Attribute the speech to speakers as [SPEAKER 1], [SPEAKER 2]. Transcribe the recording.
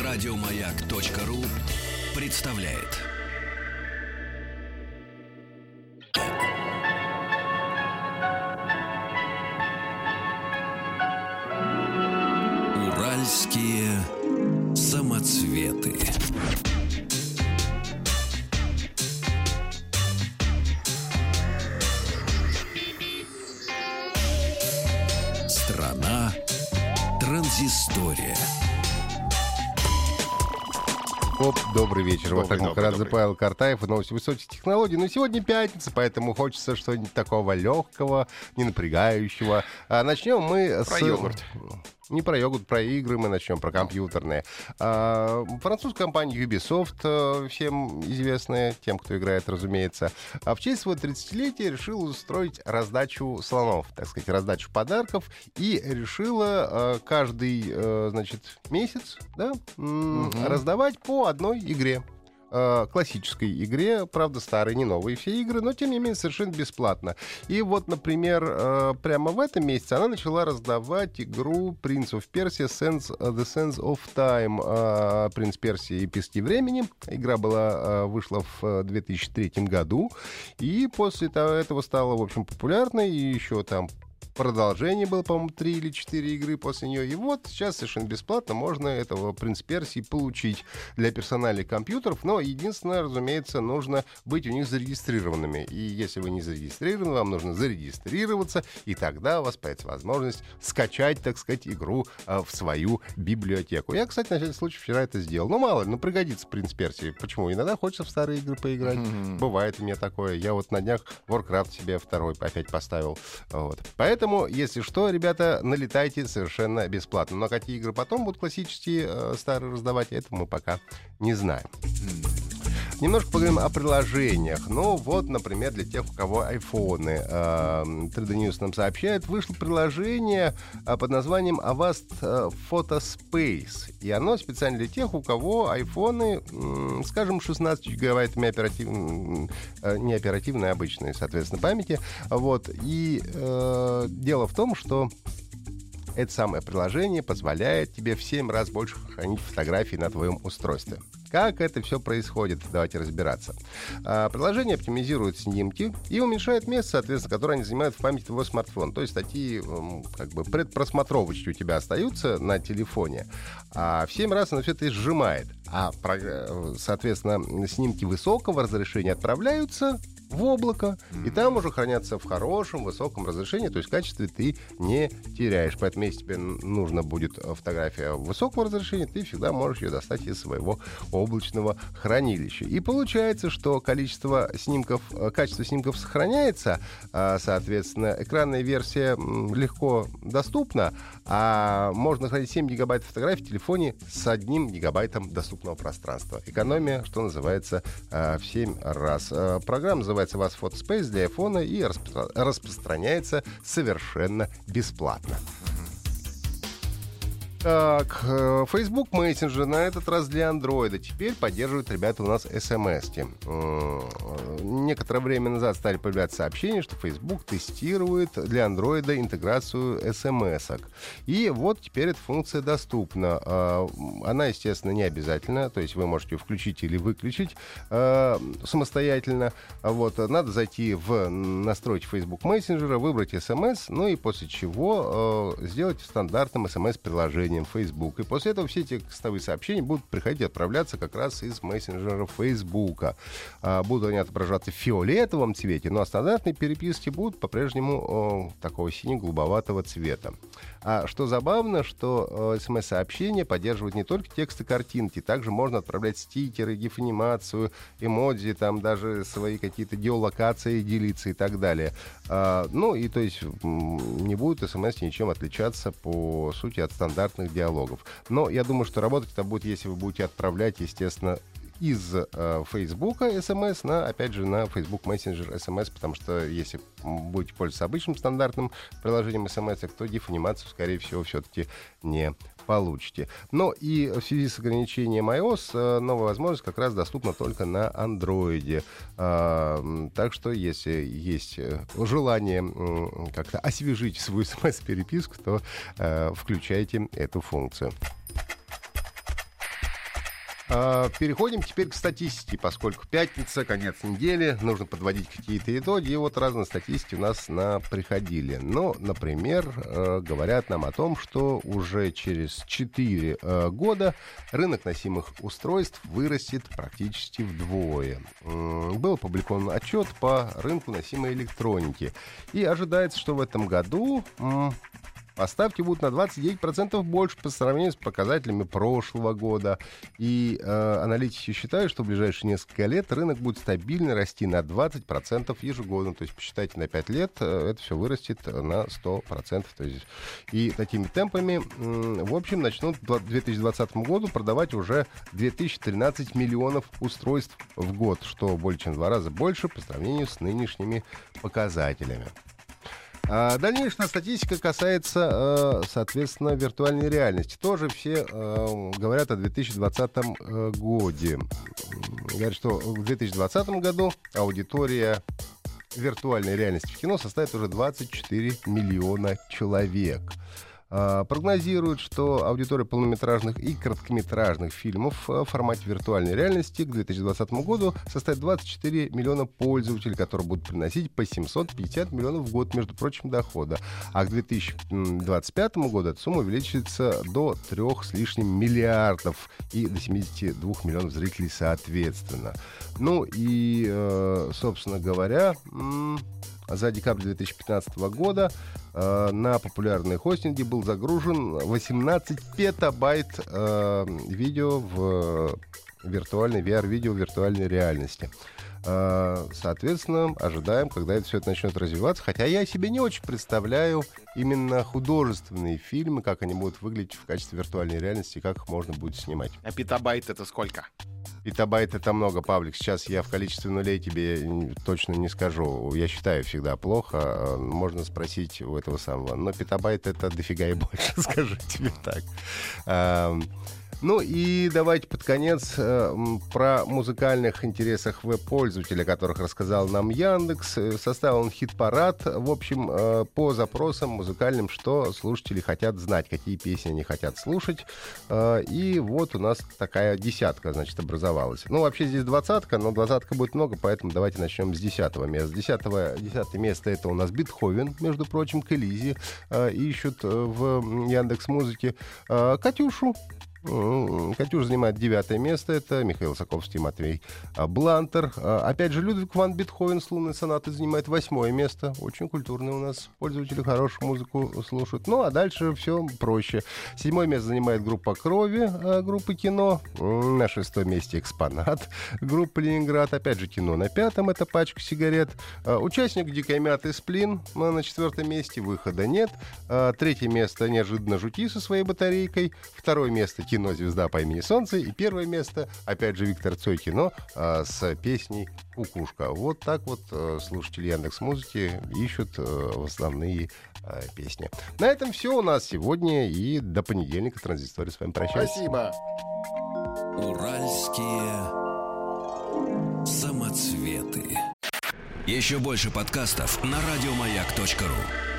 [SPEAKER 1] Радиомаяк.ру представляет. Уральские самоцветы. Страна транзистория.
[SPEAKER 2] Добрый вечер. Вот так Мухарадзе, Павел Картаев и новости высоких технологий. Но сегодня пятница, поэтому хочется что-нибудь такого легкого, не напрягающего. Начнем мы
[SPEAKER 3] про йогурт.
[SPEAKER 2] Не про йогурт, про игры мы начнем, про компьютерные. Французская компания Ubisoft, всем известная, тем, кто играет, разумеется, в честь своего 30-летия решила устроить раздачу слонов, так сказать, раздачу подарков, и решила каждый, месяц, раздавать по одной игре. Классической игре, правда, старые, не новые все игры, но, тем не менее, совершенно бесплатно. И вот, например, прямо в этом месяце она начала раздавать игру Prince of Persia The Sands of Time. Принц Персии и Пески времени. Игра вышла в 2003 году, и после этого стала, в общем, популярной, и еще там продолжение было, по-моему, 3 или 4 игры после нее. И вот сейчас совершенно бесплатно можно этого «Принц Персии» получить для персональных компьютеров. Но единственное, разумеется, нужно быть у них зарегистрированными. И если вы не зарегистрированы, вам нужно зарегистрироваться, и тогда у вас появится возможность скачать, так сказать, игру в свою библиотеку. Я, кстати, на всякий случай вчера это сделал. Ну, мало ли, пригодится «Принц Персии». Почему? Иногда хочется в старые игры поиграть. Бывает у меня такое. Я вот на днях Warcraft себе второй опять поставил. Вот. Поэтому, если что, ребята, налетайте совершенно бесплатно. Но какие игры потом будут классические, старые раздавать, это мы пока не знаем. Немножко поговорим о приложениях. Ну, вот, например, для тех, у кого айфоны. 3D News нам сообщает, вышло приложение под названием Avast Photospace. И оно специально для тех, у кого айфоны, скажем, 16 гигабайтами не оперативной, а обычной, соответственно, памяти. Вот. И дело в том, что это самое приложение позволяет тебе в 7 раз больше хранить фотографии на твоем устройстве. Как это все происходит? Давайте разбираться. Приложение оптимизирует снимки и уменьшает место, соответственно, которое они занимают в памяти твоего смартфона. То есть такие предпросмотровочки у тебя остаются на телефоне, а в 7 раз оно все это сжимает. Соответственно, снимки высокого разрешения отправляются в облако, и там уже хранятся в хорошем, высоком разрешении, то есть в качестве ты не теряешь. Поэтому, если тебе нужна будет фотография высокого разрешения, ты всегда можешь ее достать из своего облачного хранилища. И получается, что качество снимков сохраняется, соответственно, экранная версия легко доступна, а можно хранить 7 гигабайт фотографий в телефоне с 1 гигабайтом доступного пространства. Экономия, что называется, в 7 раз. Программа называется Avast Photospace для iPhone и распространяется совершенно бесплатно. Так, Facebook Messenger на этот раз для Android. Теперь поддерживают ребята у нас смс-ки. Некоторое время назад стали появляться сообщения, что Facebook тестирует для Android интеграцию смс-ок. И вот теперь эта функция доступна. Она, естественно, не обязательна, то есть вы можете ее включить или выключить самостоятельно. Вот. Надо зайти в настройки Facebook Messenger, выбрать смс, ну и после чего сделать стандартным смс-приложением Facebook. И после этого все текстовые сообщения будут приходить и отправляться как раз из мессенджера Facebook. Будут они отображаться в фиолетовом цвете, но стандартные переписки будут по-прежнему такого сине-голубоватого цвета. А что забавно, что смс-сообщения поддерживают не только текст и картинки, также можно отправлять стикеры, гиф-анимацию, эмодзи, там даже свои какие-то геолокации делиться и так далее. Ну и то есть не будет смс ничем отличаться по сути от стандартных диалогов. Но я думаю, что работать это будет, если вы будете отправлять, естественно, из Facebook смс опять же, на Facebook Messenger смс, потому что если будете пользоваться обычным стандартным приложением смс, то GIF-анимацию, скорее всего, все-таки не получите. Но и в связи с ограничением iOS новая возможность как раз доступна только на Android. Так что, если есть желание как-то освежить свою смс-переписку, то включайте эту функцию. Переходим теперь к статистике, поскольку пятница, конец недели, нужно подводить какие-то итоги, и вот разные статистики у нас приходили. Ну, например, говорят нам о том, что уже через 4 года рынок носимых устройств вырастет практически вдвое. Был опубликован отчет по рынку носимой электроники, и ожидается, что в этом году поставки будут на 29% больше по сравнению с показателями прошлого года. И аналитики считают, что в ближайшие несколько лет рынок будет стабильно расти на 20% ежегодно. То есть, посчитайте, на 5 лет это все вырастет на 100%. То есть, и такими темпами, в общем, начнут к 2020 году продавать уже 2013 миллионов устройств в год, что более чем в 2 раза больше по сравнению с нынешними показателями. Дальнейшая статистика касается, соответственно, виртуальной реальности. Тоже все говорят о 2020 году. Говорят, что в 2020 году аудитория виртуальной реальности в кино составит уже 24 миллиона человек. Прогнозируют, что аудитория полнометражных и короткометражных фильмов в формате виртуальной реальности к 2020 году составит 24 миллиона пользователей, которые будут приносить по 750 миллионов в год, между прочим, дохода. А к 2025 году эта сумма увеличится до 3 с лишним миллиардов и до 72 миллионов зрителей соответственно. Ну и, собственно говоря, за декабрь 2015 года на популярные хостинги был загружен 18 петабайт видео в виртуальной VR-видео в виртуальной реальности. Соответственно, ожидаем, когда это все это начнет развиваться. Хотя я себе не очень представляю именно художественные фильмы, как они будут выглядеть в качестве виртуальной реальности, как их можно будет снимать.
[SPEAKER 3] А петабайт — это сколько?
[SPEAKER 2] Петабайт — это много, Павлик. Сейчас я в количестве нулей тебе точно не скажу. Я считаю всегда плохо. Можно спросить у этого самого. Но петабайт — это дофига и больше, скажу тебе так. Ну и давайте под конец про музыкальных интересах веб-пользователя, о которых рассказал нам Яндекс. Составил он хит-парад, в общем, по запросам музыкальным, что слушатели хотят знать, какие песни они хотят слушать. И вот у нас такая десятка, значит, образовалась. Ну, вообще здесь 20-ка, но 20-ка будет много, поэтому давайте начнем с 10-го места. 10 место — это у нас Бетховен, между прочим, к Элизе. Ищут в Яндекс.Музыке Катюшу. Катюш занимает 9 место. Это Михаил Саковский, Матвей Блантер. Опять же, Людвиг ван Бетховен с лунной сонатой занимает 8 место. Очень культурные у нас пользователи, хорошую музыку слушают. Ну, а дальше все проще. 7 место занимает группа Крови, группа Кино. На 6 месте Экспонат, группа Ленинград. Опять же, Кино на 5-м, это Пачка сигарет. Участник Дикой Мяты Сплин на 4 месте. Выхода нет. 3 место неожиданно Жути со своей батарейкой. 2 место Кино «Звезда по имени Солнце». И 1 место, опять же, Виктор Цой Кино с песней «Кукушка». Вот так вот слушатели Яндекс.Музыки ищут основные песни. На этом все у нас сегодня. И до понедельника. Транзистория с вами прощается.
[SPEAKER 3] Спасибо.
[SPEAKER 1] Уральские самоцветы. Еще больше подкастов на радиомаяк.ру.